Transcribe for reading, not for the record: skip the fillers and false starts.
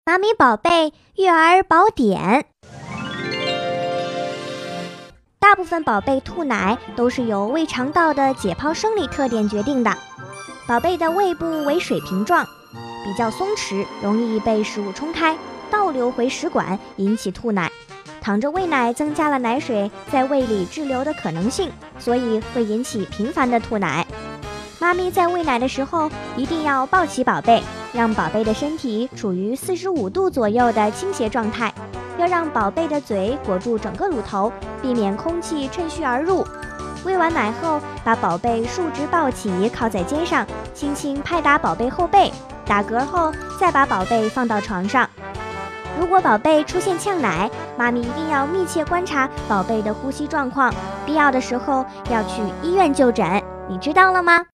妈咪宝贝育儿宝典。大部分宝贝吐奶都是由胃肠道的解剖生理特点决定的。宝贝的胃部为水瓶状，比较松弛，容易被食物冲开，倒流回食管，引起吐奶。躺着喂奶增加了奶水在胃里滞留的可能性，所以会引起频繁的吐奶。妈咪在喂奶的时候一定要抱起宝贝，让宝贝的身体处于45度左右的倾斜状态，要让宝贝的嘴裹住整个乳头，避免空气趁虚而入。喂完奶后，把宝贝竖直抱起，靠在肩上，轻轻拍打宝贝后背，打嗝后再把宝贝放到床上。如果宝贝出现呛奶，妈咪一定要密切观察宝贝的呼吸状况，必要的时候要去医院就诊，你知道了吗？